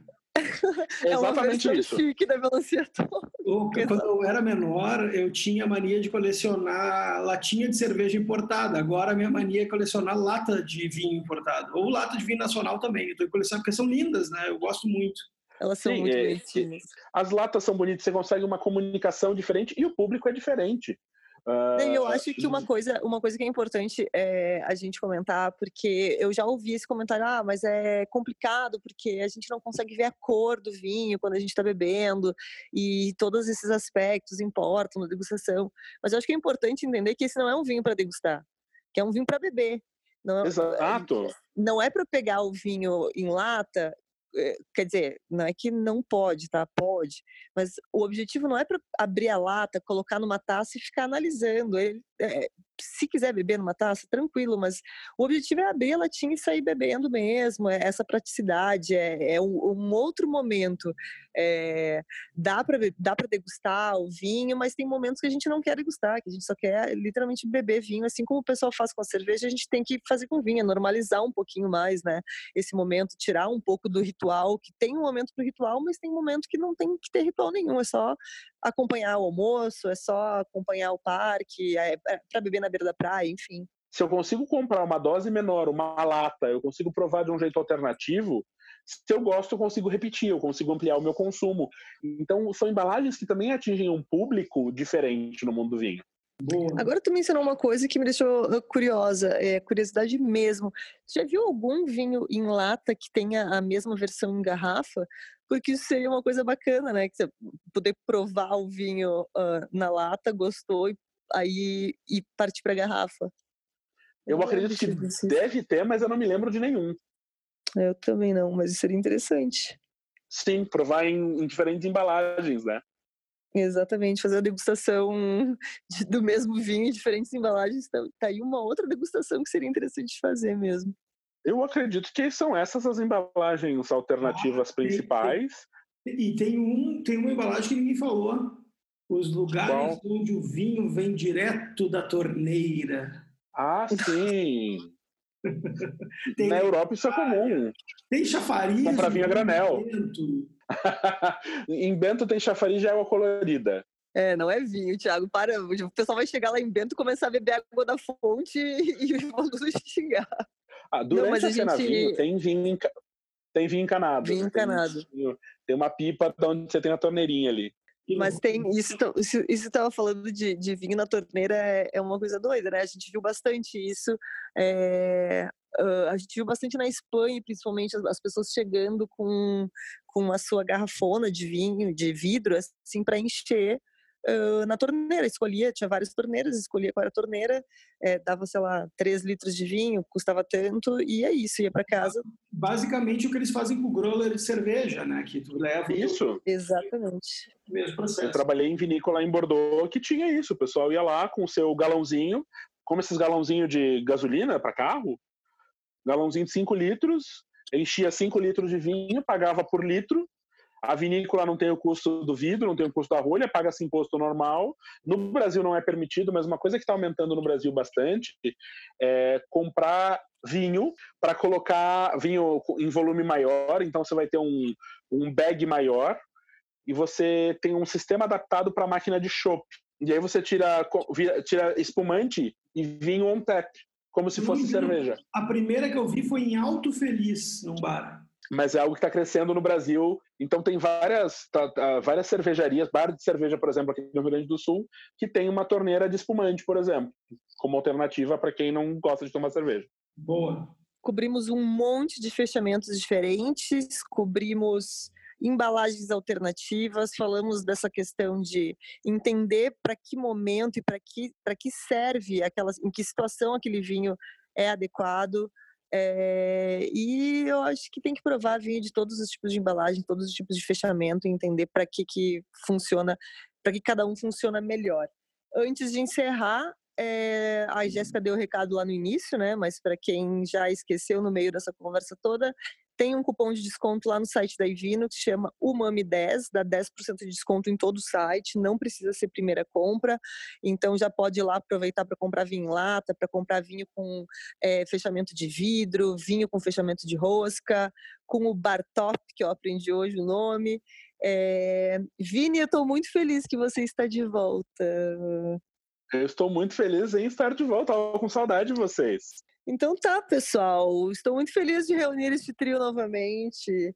É exatamente uma isso. Chique da melancia atômica. Quando eu era menor, eu tinha a mania de colecionar latinha de cerveja importada. Agora a minha mania é colecionar lata de vinho importado. Ou lata de vinho nacional também. Eu tô colecionando porque são lindas, né? Eu gosto muito. Elas são Sim, muito é, bonitinhas. As latas são bonitas, você consegue uma comunicação diferente e o público é diferente. Uh, eu acho que uma coisa, uma coisa que é importante é a gente comentar, porque eu já ouvi esse comentário, ah, mas é complicado porque a gente não consegue ver a cor do vinho quando a gente está bebendo e todos esses aspectos importam na degustação. Mas eu acho que é importante entender que esse não é um vinho para degustar, que é um vinho para beber. Não, Exato. Não é para pegar o vinho em lata. Quer dizer, não é que não pode, tá? Pode. Mas o objetivo não é para abrir a lata, colocar numa taça e ficar analisando. Ele, é, se quiser beber numa taça, tranquilo, mas o objetivo é abrir a latinha e sair bebendo mesmo. É essa praticidade, é, é um, um outro momento. É, dá para dá para degustar o vinho, mas tem momentos que a gente não quer degustar, que a gente só quer literalmente beber vinho. Assim como o pessoal faz com a cerveja, a gente tem que fazer com vinho, normalizar um pouquinho mais, né? Esse momento, tirar um pouco do ritual, que tem um momento para o ritual, mas tem um momento que não tem que ter ritual nenhum, é só acompanhar o almoço, é só acompanhar o parque, é para beber na beira da praia, enfim. Se eu consigo comprar uma dose menor, uma lata, eu consigo provar de um jeito alternativo, se eu gosto, eu consigo repetir, eu consigo ampliar o meu consumo. Então, são embalagens que também atingem um público diferente no mundo do vinho. Boa. Agora tu mencionou uma coisa que me deixou curiosa, é curiosidade mesmo. Você já viu algum vinho em lata que tenha a mesma versão em garrafa? Porque isso seria uma coisa bacana, né? Que você poder provar o vinho uh, na lata, gostou, e aí e partir para garrafa. Eu, eu acredito que disso. Deve ter, mas eu não me lembro de nenhum. Eu também não, mas isso seria interessante. Sim, provar em, em diferentes embalagens, né? Exatamente, fazer a degustação de, do mesmo vinho em diferentes embalagens. Tá, tá aí uma outra degustação que seria interessante fazer mesmo. Eu acredito que são essas as embalagens alternativas ah, principais. Tem, tem, e tem, um, tem uma embalagem que ninguém falou. Os lugares Bom. onde o vinho vem direto da torneira. Ah, sim! tem, Na Europa isso é comum. Tem chafariz. Comprar vinho a granel. Em Bento tem chafariz de água colorida. É, não é vinho, Thiago. Para, o pessoal vai chegar lá em Bento, começar a beber água da fonte e vão nos xingar. Ah, durante não, a, a cena gente... vinho, tem vinho, enca... tem vinho encanado. Vinho encanado. Tem, tem uma pipa onde você tem a torneirinha ali. Mas tem isso, isso estava falando de, de vinho na torneira, é, é uma coisa doida, né? A gente viu bastante isso. É, uh, a gente viu bastante na Espanha, principalmente as, as pessoas chegando com, com a sua garrafona de vinho, de vidro, assim, para encher uh, na torneira. Escolhia, tinha várias torneiras, escolhia qual era a torneira, é, dava, sei lá, três litros de vinho, custava tanto, e é isso, ia para casa. Basicamente o que eles fazem com o growler de cerveja, né? Que tu leva. Isso. Exatamente. Mesmo processo. Eu trabalhei em vinícola em Bordeaux que tinha isso. O pessoal ia lá com o seu galãozinho, como esses galãozinhos de gasolina para carro, galãozinho de cinco litros, enchia cinco litros de vinho, pagava por litro. A vinícola não tem o custo do vidro, não tem o custo da rolha, paga-se imposto normal. No Brasil não é permitido, mas uma coisa que está aumentando no Brasil bastante é comprar vinho para colocar vinho em volume maior, então você vai ter um, um bag maior e você tem um sistema adaptado para a máquina de chopp. E aí você tira, tira espumante e vinho on tap, como se fosse cerveja. A primeira que eu vi foi em Alto Feliz, num bar. Mas é algo que está crescendo no Brasil. Então tem várias, tá, tá, várias cervejarias, bar de cerveja, por exemplo, aqui no Rio Grande do Sul, que tem uma torneira de espumante, por exemplo, como alternativa para quem não gosta de tomar cerveja. Boa. Cobrimos um monte de fechamentos diferentes, cobrimos embalagens alternativas, falamos dessa questão de entender para que momento e para que, para que serve, aquelas, em que situação aquele vinho é adequado. É, e eu acho que tem que provar vinho de todos os tipos de embalagem, todos os tipos de fechamento, e entender para que, que funciona, para que cada um funciona melhor. Antes de encerrar, é, a Jéssica deu o recado lá no início, né? Mas para quem já esqueceu no meio dessa conversa toda, tem um cupom de desconto lá no site da Ivino que se chama Umami dez, dá dez por cento de desconto em todo o site, não precisa ser primeira compra, então já pode ir lá aproveitar para comprar vinho em lata, para comprar vinho com é, fechamento de vidro, vinho com fechamento de rosca, com o Bartop, que eu aprendi hoje o nome. É... Vini, eu estou muito feliz que você está de volta. Eu estou muito feliz em estar de volta, estava com saudade de vocês. Então tá, pessoal, estou muito feliz de reunir esse trio novamente.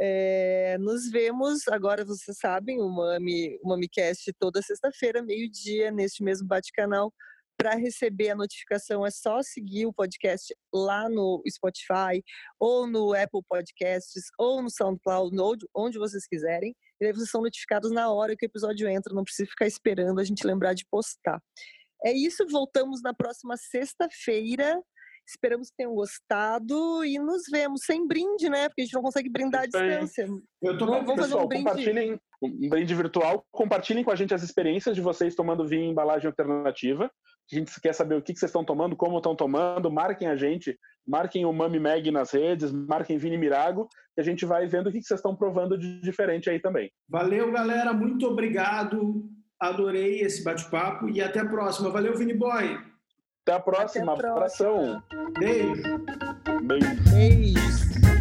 É, nos vemos, agora vocês sabem, o Mami, o MamiCast toda sexta-feira, meio-dia, neste mesmo bate-canal. Para receber a notificação é só seguir o podcast lá no Spotify, ou no Apple Podcasts, ou no SoundCloud, onde vocês quiserem. E aí vocês são notificados na hora que o episódio entra, não precisa ficar esperando a gente lembrar de postar. É isso, voltamos na próxima sexta-feira. Esperamos que tenham gostado e nos vemos sem brinde, né? Porque a gente não consegue brindar à distância. Eu tô vamos, vamos pessoal, fazer um brinde. Compartilhem um brinde virtual, compartilhem com a gente as experiências de vocês tomando vinho em embalagem alternativa. A gente quer saber o que vocês estão tomando, como estão tomando, marquem a gente, marquem o Mami Mag nas redes, marquem Vini Mirago, e a gente vai vendo o que vocês estão provando de diferente aí também. Valeu, galera, muito obrigado, adorei esse bate-papo e até a próxima. Valeu, Vini Boy! Até a próxima. Até a próxima. Abração. Beijo. Beijo. Beijo.